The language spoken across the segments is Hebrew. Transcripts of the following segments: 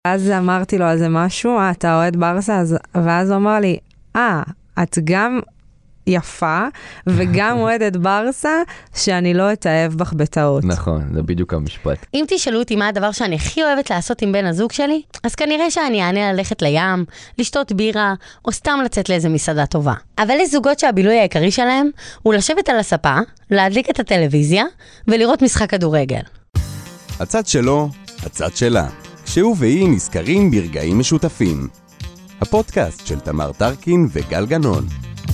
אז אמרתי לו, אז זה משהו, אתה אוהד ברסה? ואז הוא אמר לי, את גם יפה, וגם אוהדת ברסה, שאני לא אתאהב בך בטעות. נכון, זה בדיוק המשפט. אם תשאלו אותי מה הדבר שאני הכי אוהבת לעשות עם בן הזוג שלי, אז כנראה שאני אענה ללכת לים, לשתות בירה, או סתם לצאת לאיזה מסעדה טובה. אבל יש זוגות שהבילוי העיקרי שלהם הוא לשבת על הספה, להדליק את הטלוויזיה, ולראות משחק כדורגל. הצד שלו, הצד שלה. שהוא והיא נזכרים ברגעים משותפים. הפודקאסט של תמר טרקין וגל גנון.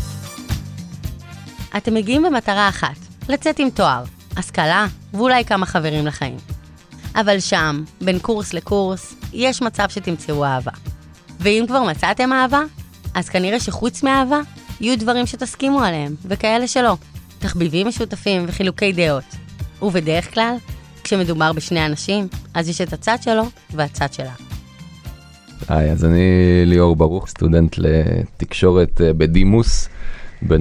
אתם מגיעים במטרה אחת, לצאת עם תואר, השכלה ואולי כמה חברים לחיים. אבל שם, בין קורס לקורס, יש מצב שתמצאו אהבה. ואם כבר מצאתם אהבה, אז כנראה שחוץ מאהבה, יהיו דברים שתסכימו עליהם, וכאלה שלא. תחביבים משותפים וחילוקי דעות. ובדרך כלל, כשמדובר בשני אנשים, אז יש את הצד שלו והצד שלה. אז אני ליאור ברוך, סטודנט לתקשורת בדימוס, בן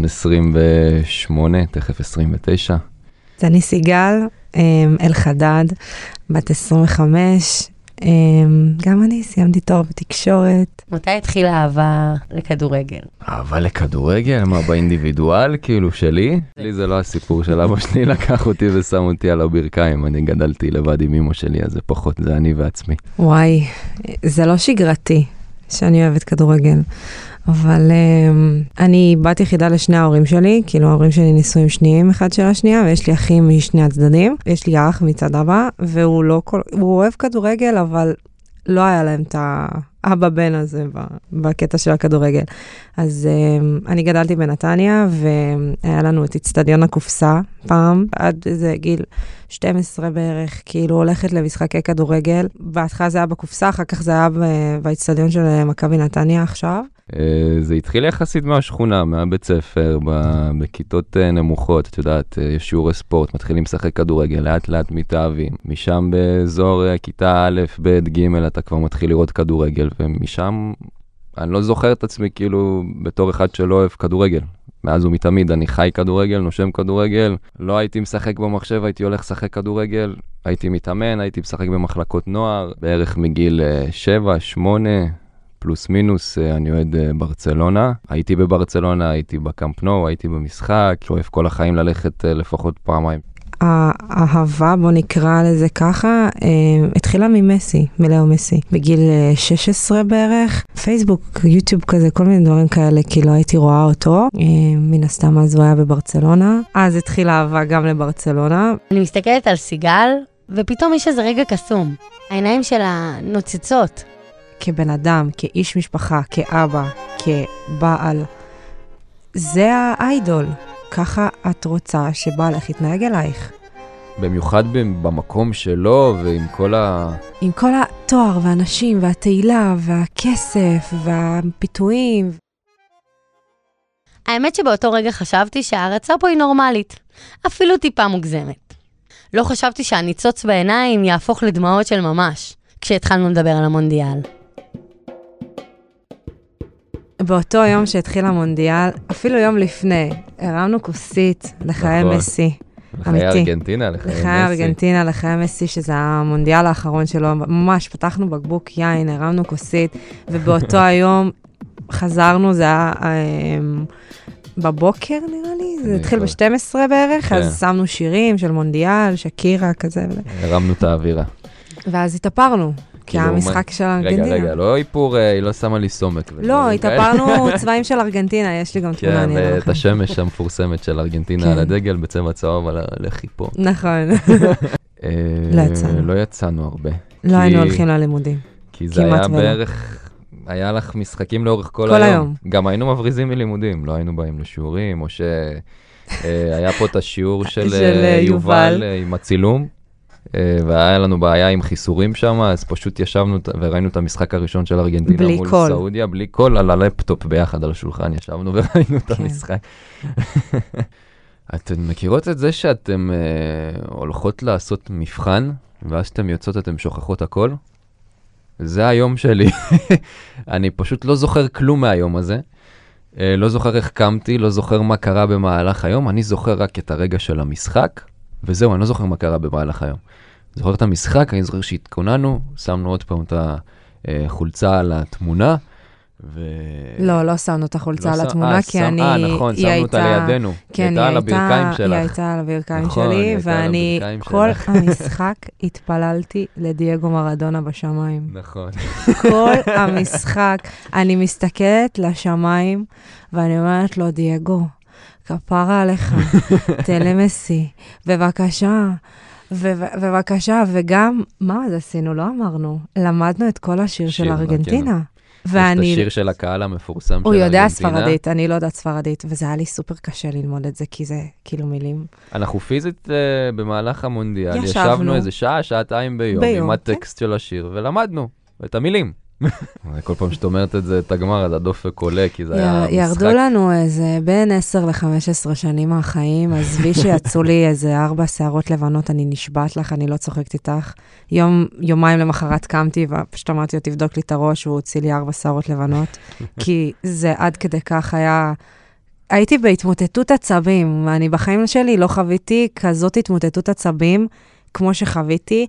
28, תכף 29. אני סיגל, אלחדד, בת 25, גם אני סיימתי תואר בתקשורת. מתי התחילה אהבה לכדורגל? אהבה לכדורגל? מה, באינדיבידואל כאילו שלי? לי זה לא הסיפור של אבא שלי, לקח אותי ושם אותי על הברכיים. אני גדלתי לבד עם אמא שלי, אז זה פחות, זה אני ועצמי. וואי, זה לא שגרתי שאני אוהבת כדורגל. אבל אני בת יחידה לשני ההורים שלי, כאילו ההורים שלי נישואים שניים אחד של השנייה, ויש לי אחים משני הצדדים, יש לי אח מצד אבא, והוא אוהב כדורגל, אבל לא היה להם את האבא בן הזה בקטע של הכדורגל. אז אני גדלתי בנתניה, והיה לנו את אצטדיון הקופסה פעם, עד איזה גיל 12 בערך, כאילו הולכת למשחקי כדורגל. בהתחלה זה היה בקופסה, אחר כך זה היה באצטדיון של מכבי נתניה עכשיו. זה התחיל יחסית מהשכונה, מהבית ספר, בכיתות נמוכות, את יודעת, יש שיעורי ספורט, מתחילים לשחק כדורגל, לאט לאט מתאהבים. משם באזור כיתה א', ב', ג', אתה כבר מתחיל לראות כדורגל, ומשם אני לא זוכר את עצמי כאילו בתור אחד שלא אוהב כדורגל. מאז ומתמיד אני חי כדורגל, נושם כדורגל, לא הייתי משחק במחשב, הייתי הולך לשחק כדורגל, הייתי מתאמן, הייתי משחק במחלקות נוער, בערך מגיל 7, 8, פלוס מינוס, אני אוהד ברצלונה. הייתי בברצלונה, הייתי בקאמפ נו, הייתי במשחק, אוהב כל החיים ללכת לפחות פעמיים. האהבה, בוא נקרא לזה ככה, התחילה ממסי, מלאו מסי. בגיל 16 בערך, פייסבוק, יוטיוב כזה, כל מיני דברים כאלה, כי לא הייתי רואה אותו. מן הסתם אז הוא היה בברצלונה. אז התחילה אהבה גם לברצלונה. אני מסתכלת על סיגל, ופתאום יש איזה רגע קסום. העיניים שלה נוצצות. כבן אדם, כאיש משפחה, כאבא, כבעל. זה האיידול. ככה את רוצה שבעלך יתנהג אלייך. במיוחד במקום שלו ועם עם כל התואר והאנשים והתהילה והכסף והפיתויים. האמת שבאותו רגע חשבתי שההרצה פה היא נורמלית. אפילו טיפה מוגזמת. לא חשבתי שהניצוץ בעיניים יהפוך לדמעות של ממש, כשהתחלנו לדבר על המונדיאל. באותו יום שהתחיל המונדיאל, אפילו יום לפני, הרמנו כוסית לחיי מסי. לחיי ארגנטינה, לחיי ארגנטינה, לחיי מסי, שזה המונדיאל האחרון שלו. ממש פתחנו בקבוק יין, הרמנו כוסית, ובאותו היום חזרנו, זה היה בבוקר נראה לי, זה התחיל ב-12 בערך, אז שמנו שירים של מונדיאל, שקירה כזה. הרמנו את האווירה. ואז התאפרנו. כי המשחק של ארגנטינה. רגע, לא איפור, היא לא שמה לי סומק. לא, התאפרנו צבעים של ארגנטינה, יש לי גם תמונה. כן, ואת השמש המפורסמת של ארגנטינה על הדגל, בצבע צהוב על הלכיפו. נכון. לא יצאנו הרבה. לא היינו הולכים ללימודים. כי זה היה בערך, היה לך משחקים לאורך כל היום. גם היינו מבריזים מלימודים, לא היינו באים לשיעורים, או שהיה פה את השיעור של יובל עם הצילום. והיה לנו בעיה עם חיסורים שם, אז פשוט ישבנו וראינו את המשחק הראשון של ארגנטינה מול סעודיה, בלי קול, על הלפטופ ביחד על השולחן ישבנו וראינו את המשחק. אתן מכירות את זה שאתן הולכות לעשות מבחן, ואז שאתן יוצאות אתן שוכחות הכל? זה היום שלי. אני פשוט לא זוכר כלום מהיום הזה. לא זוכר איך קמתי, לא זוכר מה קרה במהלך היום, אני זוכר רק את הרגע של המשחק, וזהו, אני לא זוכר מה קרה במהלך היום. זוכר את המשחק, אני זוכר שהתכוננו, שמנו עוד פעם את חולצה על התמונה. לא שמנו את החולצה על התמונה, כי נכון, שמנו אותה לידינו. כן, היא הייתה על הברכיים שלך. היא הייתה על הברכיים שלי, ואני כל המשחק התפללתי לדייגו מרדונה בשמיים. נכון. כל המשחק. אני מסתכלת לשמיים, ואני אומרת לו, דייגו, כפרה עליך, תלמסי, בבקשה. ובבקשה, וגם, מה אז עשינו? לא אמרנו. למדנו את כל השיר של ארגנטינה. יש את השיר של הקהל המפורסם של ארגנטינה. הוא יודע ספרדית, אני לא יודעת ספרדית, וזה היה לי סופר קשה ללמוד את זה, כי זה כאילו מילים. אנחנו פיזית במהלך המונדיאל, ישבנו איזה שעה, שעתיים ביום, עם הטקסט של השיר, ולמדנו את המילים. כל פעם שאת אומרת את זה, את הגמר, אז הדופק עולה, כי זה היה משחק. ירדו לנו איזה בין 10 ל-15 שנים מהחיים, אז בי שיצאו לי איזה 4 שערות לבנות, אני נשבעת לך, אני לא צוחקת איתך. יומיים למחרת קמתי, ופשוט אמרתי לו, תבדוק לי את הראש, והוא הוציא לי 4 שערות לבנות, כי זה עד כדי כך היה... הייתי בהתמוטטות עצבים, ואני בחיים שלי לא חוויתי כזאת התמוטטות עצבים, כמו שחוויתי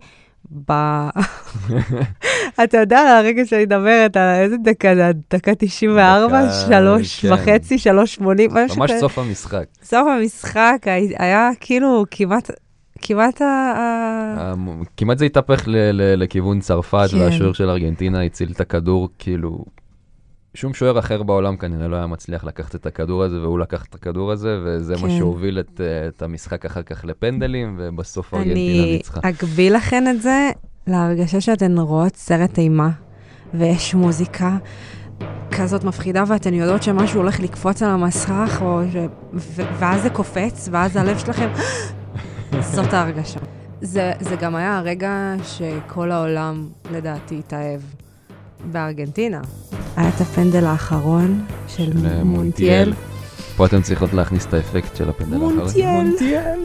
אתה יודע, הרגע שאני מדברת על איזה דקה, דקה 94, 3.5, 3.80, ממש סוף המשחק. סוף המשחק היה כאילו כמעט זה התהפך לכיוון צרפת, והשוער של ארגנטינה הציל את הכדור, כאילו... שום שוער אחר בעולם כנראה לא היה מצליח לקחת את הכדור הזה, והוא לקח את הכדור הזה, וזה מה שהוביל את המשחק אחר כך לפנדלים, ובסוף ארגנטינה ניצחה. אני אגביל לכן את זה להרגשה שאתן רואות סרט אימה, ויש מוזיקה כזאת מפחידה, ואתן יודעות שמשהו הולך לקפוץ על המסך, ואז זה קופץ, ואז הלב שלכם, זאת ההרגשה. זה גם היה הרגע שכל העולם לדעתי התאהב. בארגנטינה. היה את הפנדל האחרון של מונטיאל. פה אתם צריכות להכניס את האפקט של הפנדל האחרון. מונטיאל.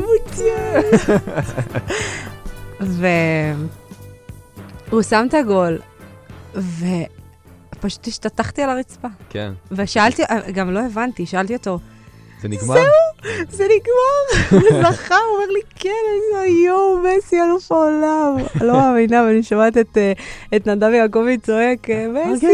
והוא שם את הגול, ופשוט השתתחתי על הרצפה. כן. ושאלתי, גם לא הבנתי, שאלתי אותו, זה נגמר? זה נגמר. הוא זכה, הוא אומר לי, כן, מסי אלוף העולם. לא מאמינה, ואני שומעת את נדב יעקבי צועק, מסי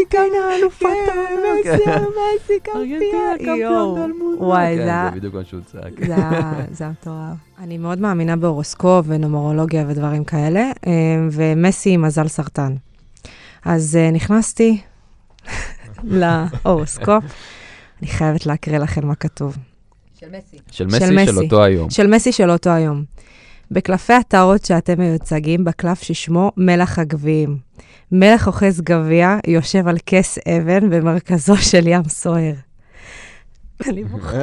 קמפיון. וואי, זה בדיוק מה שהוא צעק. זה מטורף. אני מאוד מאמינה בהורוסקופ ונומרולוגיה ודברים כאלה, ומסי מזל סרטן. אז נכנסתי להורוסקופ. אני חייבת להקריא לכם מה כתוב. של מסי של אותו היום. של מסי של אותו היום. בקלפי הטארות שאתם מיוצגים, בקלף ששמו מלך הגביעים. מלך אוחז גביע, יושב על כס אבן במרכזו של ים סוער. אני בוכה.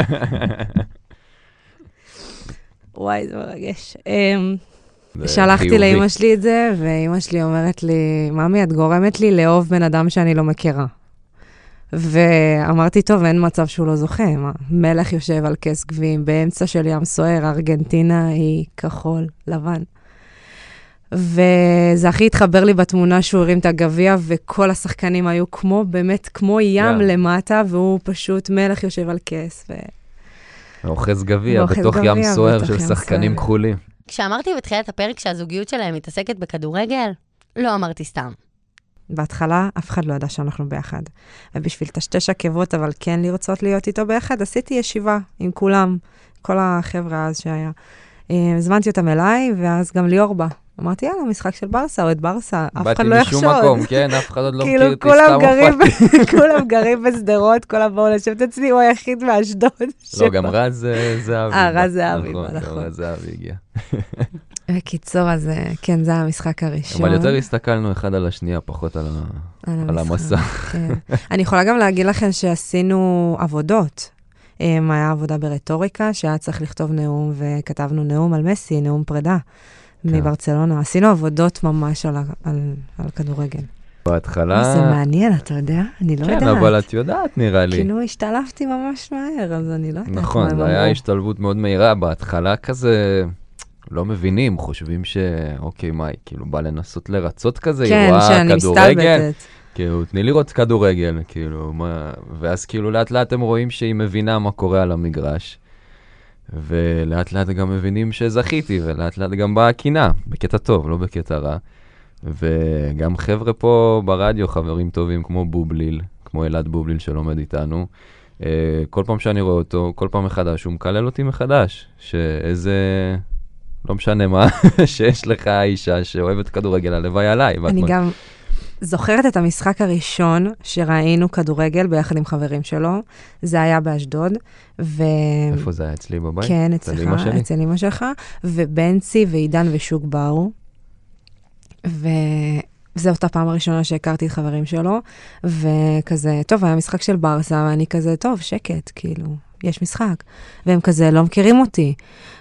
וואי, זה מרגש. שלחתי לאמא שלי את זה, ואמא שלי אומרת לי, ממי, את גורמת לי לאהוב בן אדם שאני לא מכירה. ואמרתי, טוב, אין מצב שהוא לא זוכה. מלך יושב על כס גביעים, באמצע של ים סוער, ארגנטינה היא כחול, לבן. וזה הכי התחבר לי בתמונה שהוא הרים את הגביע, וכל השחקנים היו כמו, באמת כמו ים למטה, והוא פשוט מלך יושב על כס. אוחז גביע בתוך ים סוער של שחקנים כחולים. כשאמרתי בתחילת הפרק שהזוגיות שלהם מתעסקת בכדורגל, לא אמרתי סתם. בהתחלה אף אחד לא ידע שאנחנו ביחד. ובשביל תשתש עקבות, אבל כן לרצות להיות איתו ביחד, עשיתי ישיבה עם כולם, כל החבר'ה אז שהיה. הזמנתי אותם אליי, ואז גם ליאור בא. אמרתי, יאללה, משחק של ברסה או את ברסה, אף אחד לא יחשוד. באתי משום מקום, כן, אף אחד עוד לא מכיר אותי, סתם הופעתי. כולם גרים בסדרות, כולם באו לשבת אצלי, הוא היחיד מאשדוד. לא, גם רז זהבי. רז זהבי, נכון. רז זהבי הגיע. בקיצור, אז כן, זה המשחק הראשון. אבל יותר הסתכלנו אחד על השנייה, פחות על המסע. אני יכולה גם להגיד לכם שעשינו עבודות. היה עבודה ברטוריקה, שהיה צריך לכתוב נאום, וכתבנו נאום על מסי, נאום פרידה מברצלונה. עשינו עבודות ממש על כדורגל. בהתחלה... זה מעניין, אתה יודע? אני לא יודעת. כן, אבל את יודעת, נראה לי. כאילו, השתלבתי ממש מהר, אז אני לא יודעת. נכון, זה היה השתלבות מאוד מהירה. בהתחלה כזה... לא מבינים, חושבים שאוקיי, מה, כאילו בא לנסות לרצות כזה, כן, שאני מסתלבטת. כאילו, תני לראות כדורגל, כאילו, מה, ואז כאילו לאט לאט הם רואים שהיא מבינה מה קורה על המגרש, ולאט לאט גם מבינים שזכיתי, ולאט לאט גם באה הקינה, בקטע טוב, לא בקטע רע, וגם חבר'ה פה ברדיו, חברים טובים כמו בובליל, כמו אלעד בובליל שלומד איתנו, כל פעם שאני רואה אותו, כל פעם מחדש, הוא מקלל אותי מחדש, שאיזה, לא משנה מה, שיש לך אישה שאוהבת כדורגל, הלוואי עליי. אני גם זוכרת את המשחק הראשון שראינו כדורגל ביחד עם חברים שלו, זה היה באשדוד, איפה זה היה? אצלי בבית? כן, אצל אמא שלך, ובנצי ועידן ושוק באו, וזו אותה פעם הראשונה שהכרתי את חברים שלו, וכזה, טוב, היה משחק של ברסה, ואני כזה, טוב, שקט, כאילו, יש משחק. והם כזה, לא מכירים אותי.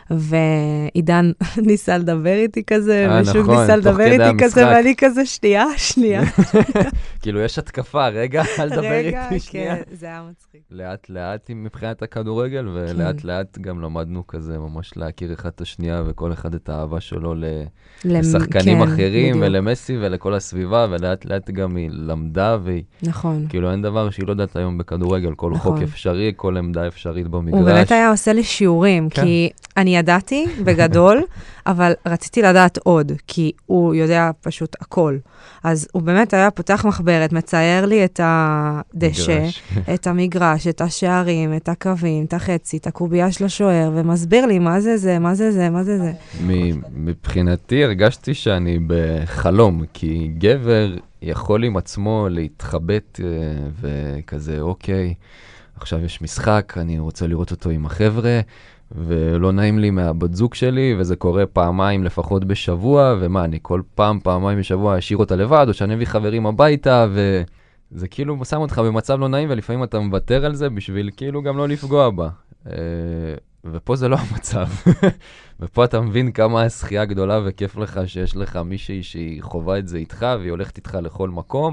ועידן ניסה לדבר איתי כזה, ושוק ניסה לדבר איתי כזה, ואני כזה, שנייה. כאילו, יש התקפה, רגע, אל לדבר איתי שנייה. כן, זה היה מצחיק. לאט לאט מבחינת הכדורגל, ולאט לאט גם למדנו כזה ממש להכיר אחד את השנייה, וכל אחד את האהבה שלו לשחקנים אחרים, ולמסי ולכל הסביבה, ולאט לאט גם היא למדה, נכון. כאילו אין דבר שהיא לא יודעת היום בכדורגל, כל חוק אפשרי, כל עמדה אפשרית במגרש. הוא באמת היה עושה לי שיעורים, כי אני ידעתי בגדול, אבל רציתי לדעת עוד, כי הוא יודע פשוט הכל. אז הוא באמת היה פותח מחברת, מצייר לי את הדשא, את המגרש, את השערים, את הקווים, את החצי, את הקובייה של השוער, ומסביר לי מה זה זה, מה זה זה, מה זה זה. מבחינתי הרגשתי שאני בחלום, כי גבר יכול עם עצמו להתחבט וכזה, אוקיי, עכשיו יש משחק, אני רוצה לראות אותו עם החבר'ה, ולא נעים לי מהבת זוג שלי, וזה קורה פעמיים לפחות בשבוע, ומה, אני כל פעמיים בשבוע אשאיר אותה לבד, או שאני אביא חברים הביתה, וזה כאילו שם אותך במצב לא נעים, ולפעמים אתה מוותר על זה בשביל כאילו גם לא לפגוע בה. ופה זה לא המצב. ופה אתה מבין כמה השחייה גדולה וכיף לך שיש לך מישהי שהיא חובה את זה איתך, והיא הולכת איתך לכל מקום,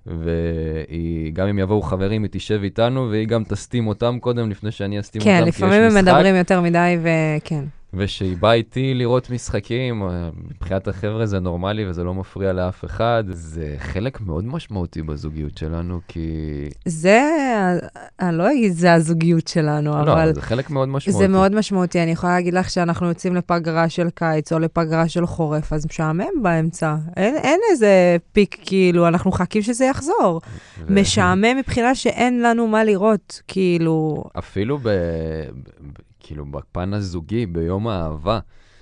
וגם אם יבואו חברים, היא תשב איתנו, והיא גם תסתים אותם קודם, לפני שאני אסתים אותם, כן, לפעמים הם מדברים יותר מדי, וכן. ושהיא באה איתי לראות משחקים, מבחינת החבר'ה זה נורמלי, וזה לא מפריע לאף אחד. זה חלק מאוד משמעותי בזוגיות שלנו, כי... זה, אני לא אגיד, זה הזוגיות שלנו, אבל... לא, זה חלק מאוד משמעותי. זה מאוד משמעותי. אני יכולה להגיד לך שאנחנו יוצאים לפגרה של קיץ, או לפגרה של חורף, אז משעמם באמצע. אין איזה פיק, כאילו, אנחנו חכים שזה יחזור. משעמם מבחינה שאין לנו מה לראות, כאילו... אפילו כאילו בפן הזוגי, ביום האהבה,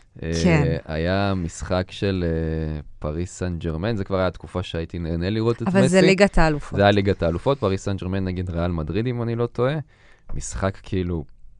היה משחק של פריס סן ג'רמן, זה כבר היה תקופה שהייתי נהנה לראות את מסי. אבל זה ליגת האלופות. זה היה ליגת האלופות, פריס סן ג'רמן נגיד ריאל מדריד, אם אני לא טועה. משחק כאילו...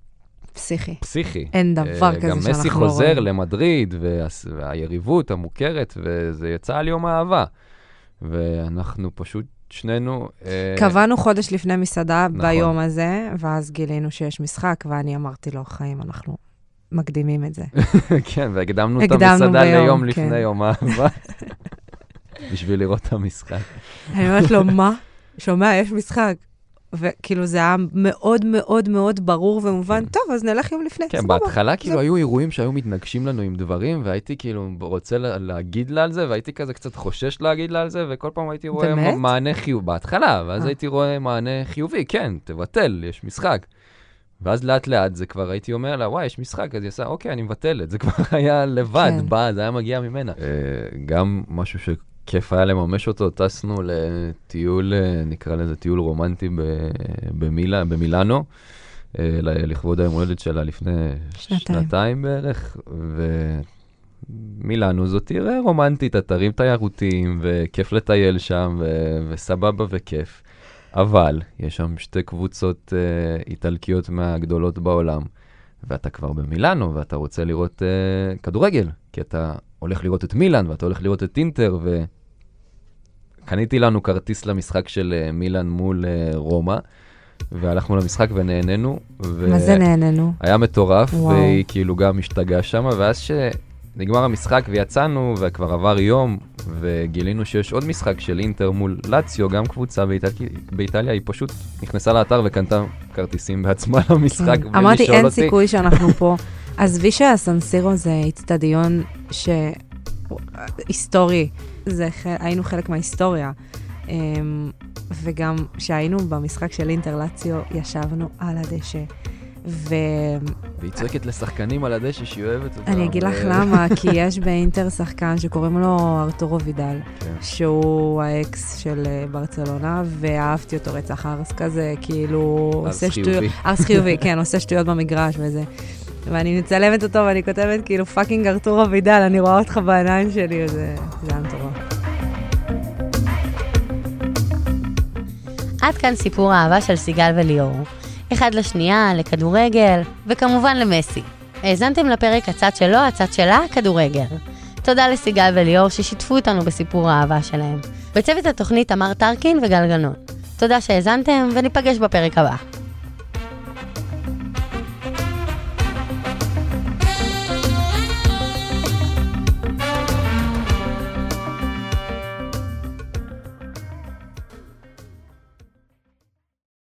פסיכי. אין דבר כזה שאנחנו רואים. גם מסי חוזר למדריד, והיריבות המוכרת, וזה יצא על יום האהבה. ואנחנו פשוט שנינו... קבענו חודש לפני מסעדה ביום הזה, ואז גילינו שיש משחק, ואני אמרתי לו, חיים, אנחנו מקדימים את זה. כן, והקדמנו את המסעדה ליום לפני יום האהבה, בשביל לראות את המשחק. אני אומרת לו, מה? שומע, יש משחק. וכאילו זה היה מאוד מאוד מאוד ברור ומובן, טוב, אז נלך יום לפני. כן, בהתחלה כאילו היו אירועים שהיו מתנגשים לנו עם דברים, והייתי כאילו רוצה להגיד לה על זה, והייתי כזה קצת חושש להגיד לה על זה, וכל פעם הייתי רואה מענה חיובי, בהתחלה, ואז הייתי רואה מענה חיובי, כן, תבטל, יש משחק. ואז לאט לאט זה כבר הייתי אומר לה, וואי, יש משחק, אז היא עושה, אוקיי, אני מבטל את זה, כבר היה לבד, זה היה מגיע ממנה. גם משהו כיף היה לממש אותו, טסנו לטיול, נקרא לזה טיול רומנטי במילאנו, לכבוד היום הולדת שלה לפני שנתיים בערך, ומילאנו זאת עיר רומנטית, אתרים תיירותיים, וכיף לטייל שם, וסבבה וכיף. אבל יש שם שתי קבוצות איטלקיות מהגדולות בעולם, ואתה כבר במילאנו, ואתה רוצה לראות כדורגל, כי אתה הולך לראות את מילאן, ואתה הולך לראות את אינטר, וקניתי לנו כרטיס למשחק של מילאן מול רומא, והלכנו למשחק ונהננו. מה זה נהננו? היה מטורף, והיא כאילו גם השתגעה שם, ואז שנגמר המשחק ויצאנו, וכבר עבר יום, וגילינו שיש עוד משחק של אינטר מול לציו, גם קבוצה באיטליה, היא פשוט נכנסה לאתר וקנתה כרטיסים בעצמה למשחק. אמרתי, אין סיכוי שאנחנו פה. עזבי שהסנסירו זה אצטדיון היסטורי, היינו חלק מההיסטוריה, וגם שהיינו במשחק של אינטר לציו, ישבנו על הדשא, והיא צועקת לשחקנים על הדשא שהיא אוהבת אותם. אני אגיד לך למה, כי יש באינטר שחקן שקוראים לו ארתורו וידל, שהוא האקס של ברצלונה, ואהבתי אותו רצח ארס כזה, כאילו... ארס חיובי. ארס חיובי, כן, עושה שטויות במגרש וזה. ואני מצלמת אותו ואני כותבת כאילו פאקינג ארתורו וידל, אני רואה אותך בעיניים שלי, זה היה מטורף. עד כאן סיפור האהבה של סיגל וליאור. אחד לשנייה, לכדורגל, וכמובן למסי. האזנתם לפרק הצד שלו, הצד שלה, כדורגל. תודה לסיגל וליאור ששיתפו אותנו בסיפור האהבה שלהם. בצוות התוכנית תמר טרקין וגל גנון. תודה שהאזנתם וניפגש בפרק הבא.